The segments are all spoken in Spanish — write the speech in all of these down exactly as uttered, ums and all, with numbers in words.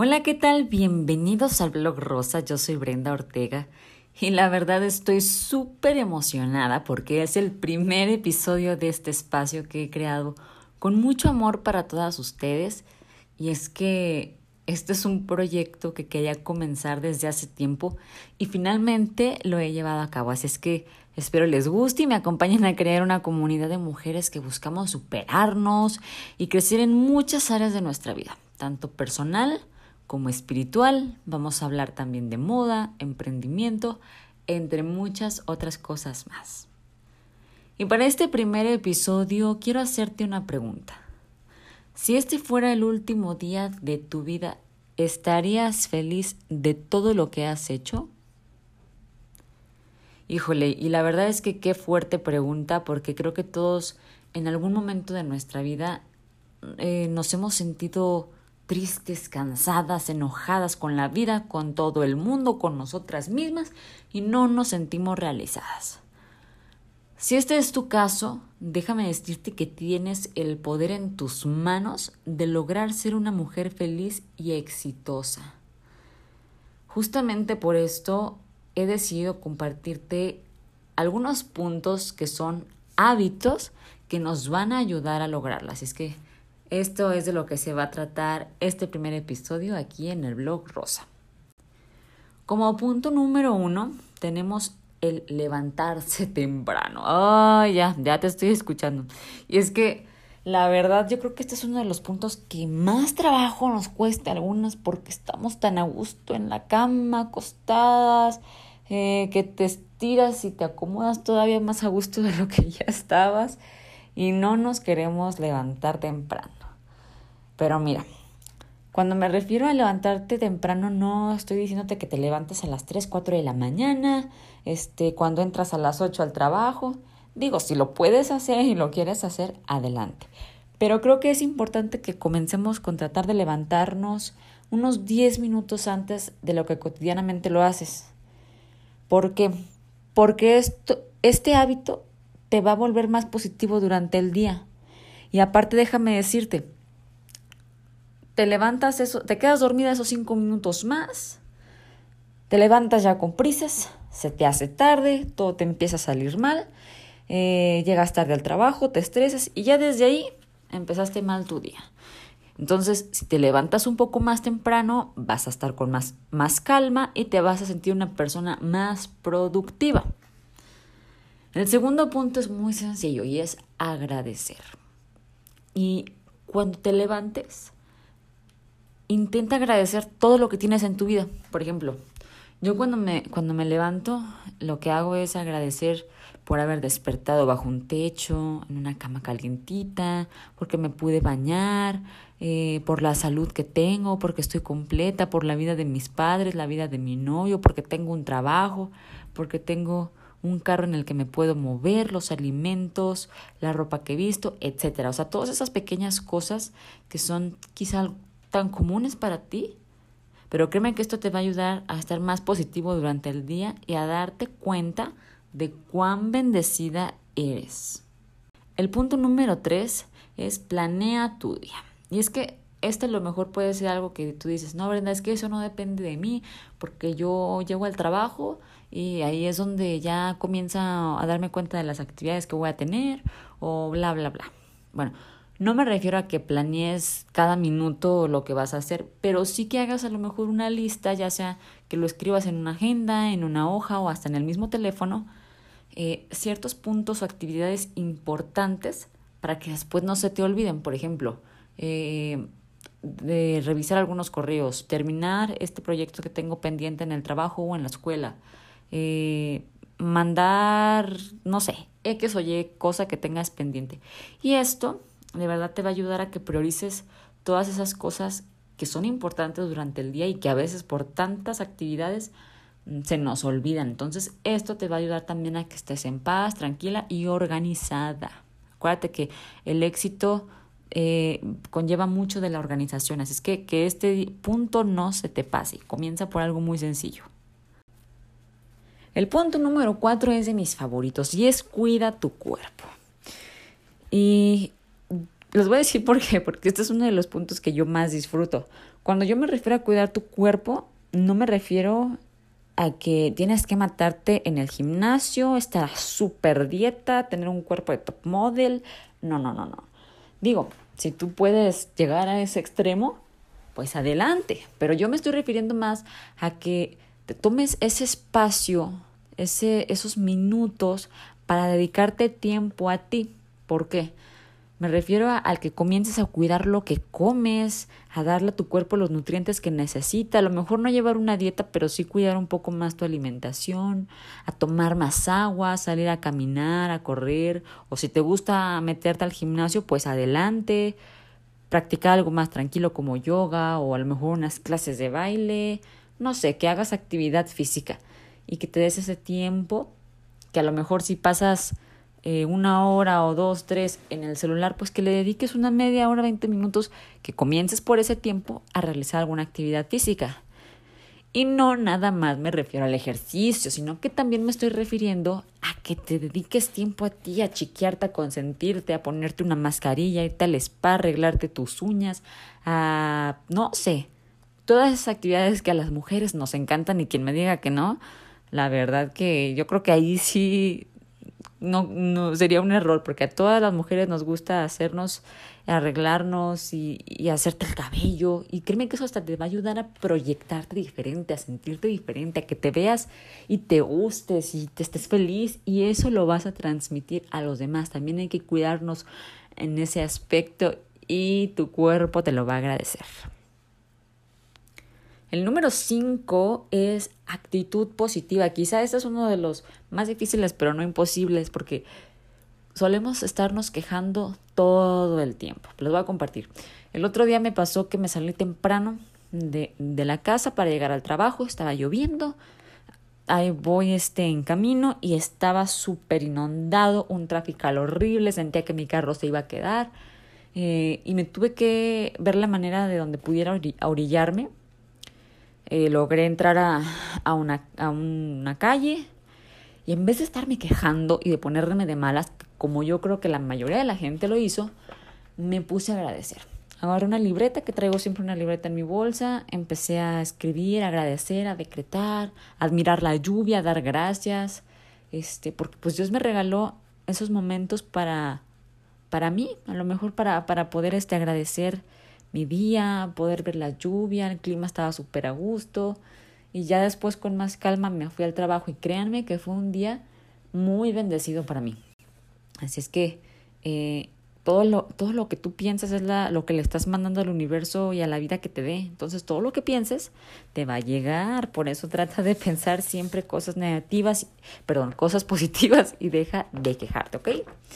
Hola, ¿qué tal? Bienvenidos al Blog Rosa, yo soy Brenda Ortega y la verdad estoy súper emocionada porque es el primer episodio de este espacio que he creado con mucho amor para todas ustedes y es que este es un proyecto que quería comenzar desde hace tiempo y finalmente lo he llevado a cabo, así es que espero les guste y me acompañen a crear una comunidad de mujeres que buscamos superarnos y crecer en muchas áreas de nuestra vida, tanto personal como espiritual. Vamos a hablar también de moda, emprendimiento, entre muchas otras cosas más. Y para este primer episodio quiero hacerte una pregunta. Si este fuera el último día de tu vida, ¿estarías feliz de todo lo que has hecho? Híjole, y la verdad es que qué fuerte pregunta, porque creo que todos en algún momento de nuestra vida eh, nos hemos sentido tristes, cansadas, enojadas con la vida, con todo el mundo, con nosotras mismas y no nos sentimos realizadas. Si este es tu caso, déjame decirte que tienes el poder en tus manos de lograr ser una mujer feliz y exitosa. Justamente por esto he decidido compartirte algunos puntos que son hábitos que nos van a ayudar a lograrlo. Así es que esto es de lo que se va a tratar este primer episodio aquí en el Blog Rosa. Como punto número uno, tenemos el levantarse temprano. Ay, ya, ya te estoy escuchando. Y es que la verdad yo creo que este es uno de los puntos que más trabajo nos cuesta a algunas porque estamos tan a gusto en la cama, acostadas, eh, que te estiras y te acomodas todavía más a gusto de lo que ya estabas y no nos queremos levantar temprano. Pero mira, cuando me refiero a levantarte temprano, no estoy diciéndote que te levantes a las tres, cuatro de la mañana, este, cuando entras a las ocho al trabajo. Digo, si lo puedes hacer y lo quieres hacer, adelante. Pero creo que es importante que comencemos con tratar de levantarnos unos diez minutos antes de lo que cotidianamente lo haces. ¿Por qué? Porque esto, este hábito te va a volver más positivo durante el día. Y aparte déjame decirte, te levantas, eso, te quedas dormida esos cinco minutos más, te levantas ya con prisas, se te hace tarde, todo te empieza a salir mal, eh, llegas tarde al trabajo, te estresas y ya desde ahí empezaste mal tu día. Entonces, si te levantas un poco más temprano, vas a estar con más, más calma y te vas a sentir una persona más productiva. El segundo punto es muy sencillo y es agradecer. Y cuando te levantes, intenta agradecer todo lo que tienes en tu vida. Por ejemplo, yo cuando me, cuando me levanto, lo que hago es agradecer por haber despertado bajo un techo, en una cama calientita, porque me pude bañar, eh, por la salud que tengo, porque estoy completa, por la vida de mis padres, la vida de mi novio, porque tengo un trabajo, porque tengo un carro en el que me puedo mover, los alimentos, la ropa que he visto, etcétera. O sea, todas esas pequeñas cosas que son quizá tan comunes para ti, pero créeme que esto te va a ayudar a estar más positivo durante el día y a darte cuenta de cuán bendecida eres. El punto número tres es planea tu día. Y es que este a lo mejor puede ser algo que tú dices, no, Brenda, es que eso no depende de mí, porque yo llego al trabajo y ahí es donde ya comienza a darme cuenta de las actividades que voy a tener o bla, bla, bla. Bueno, no me refiero a que planees cada minuto lo que vas a hacer, pero sí que hagas a lo mejor una lista, ya sea que lo escribas en una agenda, en una hoja o hasta en el mismo teléfono, eh, ciertos puntos o actividades importantes para que después no se te olviden. Por ejemplo, eh, de revisar algunos correos, terminar este proyecto que tengo pendiente en el trabajo o en la escuela, eh, mandar, no sé, X o Y cosa que tengas pendiente. Y esto de verdad te va a ayudar a que priorices todas esas cosas que son importantes durante el día y que a veces por tantas actividades se nos olvidan. Entonces esto te va a ayudar también a que estés en paz, tranquila y organizada. Acuérdate que el éxito eh, conlleva mucho de la organización, así es que que este punto no se te pase. Comienza por algo muy sencillo. El punto número cuatro es de mis favoritos y es cuida tu cuerpo. Y les voy a decir por qué, porque este es uno de los puntos que yo más disfruto. Cuando yo me refiero a cuidar tu cuerpo, no me refiero a que tienes que matarte en el gimnasio, estar a súper dieta, tener un cuerpo de top model. No, no, no, no. Digo, si tú puedes llegar a ese extremo, pues adelante. Pero yo me estoy refiriendo más a que te tomes ese espacio, ese, esos minutos para dedicarte tiempo a ti. ¿Por qué? Me refiero a, al que comiences a cuidar lo que comes, a darle a tu cuerpo los nutrientes que necesita. A lo mejor no llevar una dieta, pero sí cuidar un poco más tu alimentación, a tomar más agua, salir a caminar, a correr. O si te gusta meterte al gimnasio, pues adelante. Practicar algo más tranquilo como yoga o a lo mejor unas clases de baile. No sé, que hagas actividad física y que te des ese tiempo que a lo mejor si pasas eh, una hora o dos, tres en el celular, pues que le dediques una media hora, veinte minutos, que comiences por ese tiempo a realizar alguna actividad física. Y no nada más me refiero al ejercicio, sino que también me estoy refiriendo a que te dediques tiempo a ti, a chiquearte, a consentirte, a ponerte una mascarilla, a irte al spa, arreglarte tus uñas, a no sé, todas esas actividades que a las mujeres nos encantan y quien me diga que no, la verdad que yo creo que ahí sí no, no sería un error, porque a todas las mujeres nos gusta hacernos, arreglarnos y, y hacerte el cabello. Y créeme que eso hasta te va a ayudar a proyectarte diferente, a sentirte diferente, a que te veas y te gustes y te estés feliz. Y eso lo vas a transmitir a los demás. También hay que cuidarnos en ese aspecto y tu cuerpo te lo va a agradecer. El número cinco es actitud positiva. Quizá este es uno de los más difíciles, pero no imposibles, porque solemos estarnos quejando todo el tiempo. Les voy a compartir. El otro día me pasó que me salí temprano de, de la casa para llegar al trabajo. Estaba lloviendo. Ahí voy este, en camino y estaba súper inundado. Un tráfico horrible. Sentía que mi carro se iba a quedar. Eh, y me tuve que ver la manera de donde pudiera orillarme. Eh, logré entrar a, a, una, a una calle y en vez de estarme quejando y de ponerme de malas, como yo creo que la mayoría de la gente lo hizo, me puse a agradecer. Agarré una libreta, que traigo siempre una libreta en mi bolsa, empecé a escribir, a agradecer, a decretar, a admirar la lluvia, a dar gracias, este, porque pues Dios me regaló esos momentos para, para mí, a lo mejor para, para poder este, agradecer mi día, poder ver la lluvia, el clima estaba súper a gusto y ya después con más calma me fui al trabajo y créanme que fue un día muy bendecido para mí. Así es que eh, todo, lo, todo lo que tú piensas es la, lo que le estás mandando al universo y a la vida que te dé. Entonces todo lo que pienses te va a llegar. Por eso trata de pensar siempre cosas negativas, perdón, cosas positivas y deja de quejarte, ¿ok?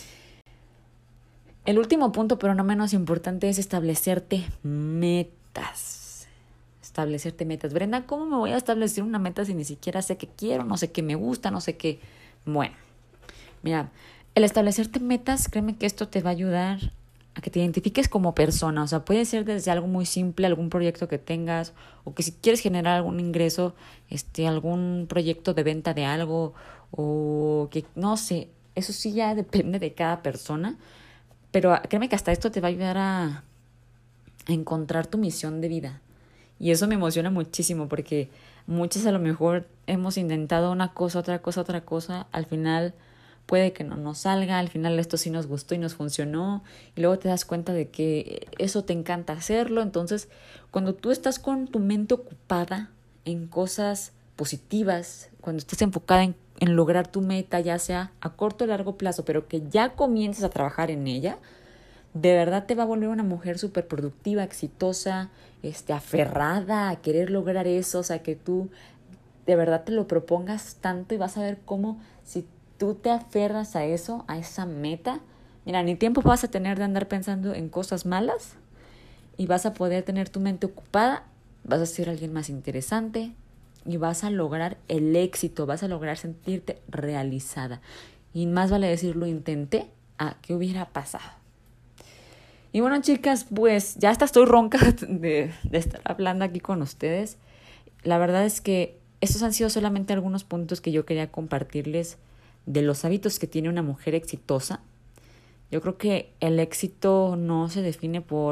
El último punto, pero no menos importante, es establecerte metas. Establecerte metas. Brenda, ¿cómo me voy a establecer una meta si ni siquiera sé qué quiero, no sé qué me gusta, no sé qué? Bueno, mira, el establecerte metas, créeme que esto te va a ayudar a que te identifiques como persona. O sea, puede ser desde algo muy simple, algún proyecto que tengas, o que si quieres generar algún ingreso, este, algún proyecto de venta de algo, o que, no sé, eso sí ya depende de cada persona. Pero créeme que hasta esto te va a ayudar a, a encontrar tu misión de vida. Y eso me emociona muchísimo porque muchas a lo mejor hemos intentado una cosa, otra cosa, otra cosa. Al final puede que no nos salga, al final esto sí nos gustó y nos funcionó. Y luego te das cuenta de que eso te encanta hacerlo. Entonces, cuando tú estás con tu mente ocupada en cosas positivas, cuando estás enfocada en en lograr tu meta, ya sea a corto o largo plazo, pero que ya comiences a trabajar en ella, de verdad te va a volver una mujer súper productiva, exitosa, este, aferrada a querer lograr eso. O sea, que tú de verdad te lo propongas tanto y vas a ver cómo si tú te aferras a eso, a esa meta, mira, ni tiempo vas a tener de andar pensando en cosas malas y vas a poder tener tu mente ocupada, vas a ser alguien más interesante, y vas a lograr el éxito, vas a lograr sentirte realizada. Y más vale decir, lo intenté, a qué hubiera pasado. Y bueno, chicas, pues ya hasta estoy ronca de, de estar hablando aquí con ustedes. La verdad es que estos han sido solamente algunos puntos que yo quería compartirles de los hábitos que tiene una mujer exitosa. Yo creo que el éxito no se define por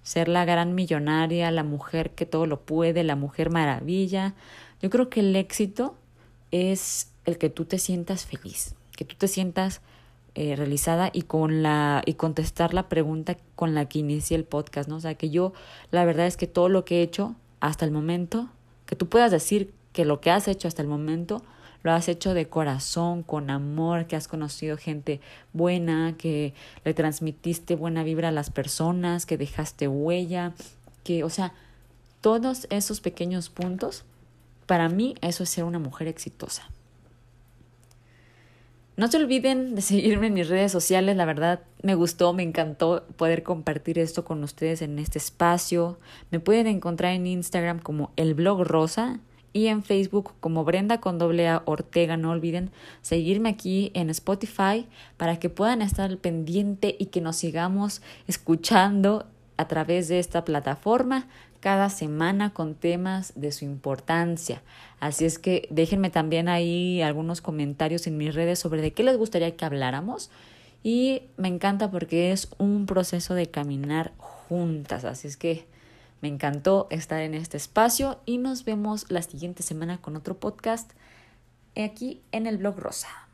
ser la gran millonaria, la mujer que todo lo puede, la mujer maravilla. Yo creo que el éxito es el que tú te sientas feliz, que tú te sientas eh, realizada y con la y contestar la pregunta con la que inicié el podcast, ¿no? O sea, que yo la verdad es que todo lo que he hecho hasta el momento, que tú puedas decir que lo que has hecho hasta el momento lo has hecho de corazón, con amor, que has conocido gente buena, que le transmitiste buena vibra a las personas, que dejaste huella, que, o sea, todos esos pequeños puntos, para mí eso es ser una mujer exitosa. No se olviden de seguirme en mis redes sociales, la verdad me gustó, me encantó poder compartir esto con ustedes en este espacio. Me pueden encontrar en Instagram como El Blog Rosa y en Facebook como Brenda con doble A Ortega. No olviden seguirme aquí en Spotify para que puedan estar al pendiente y que nos sigamos escuchando a través de esta plataforma cada semana con temas de su importancia. Así es que déjenme también ahí algunos comentarios en mis redes sobre de qué les gustaría que habláramos. Y me encanta porque es un proceso de caminar juntas. Así es que me encantó estar en este espacio y nos vemos la siguiente semana con otro podcast aquí en el Blog Rosa.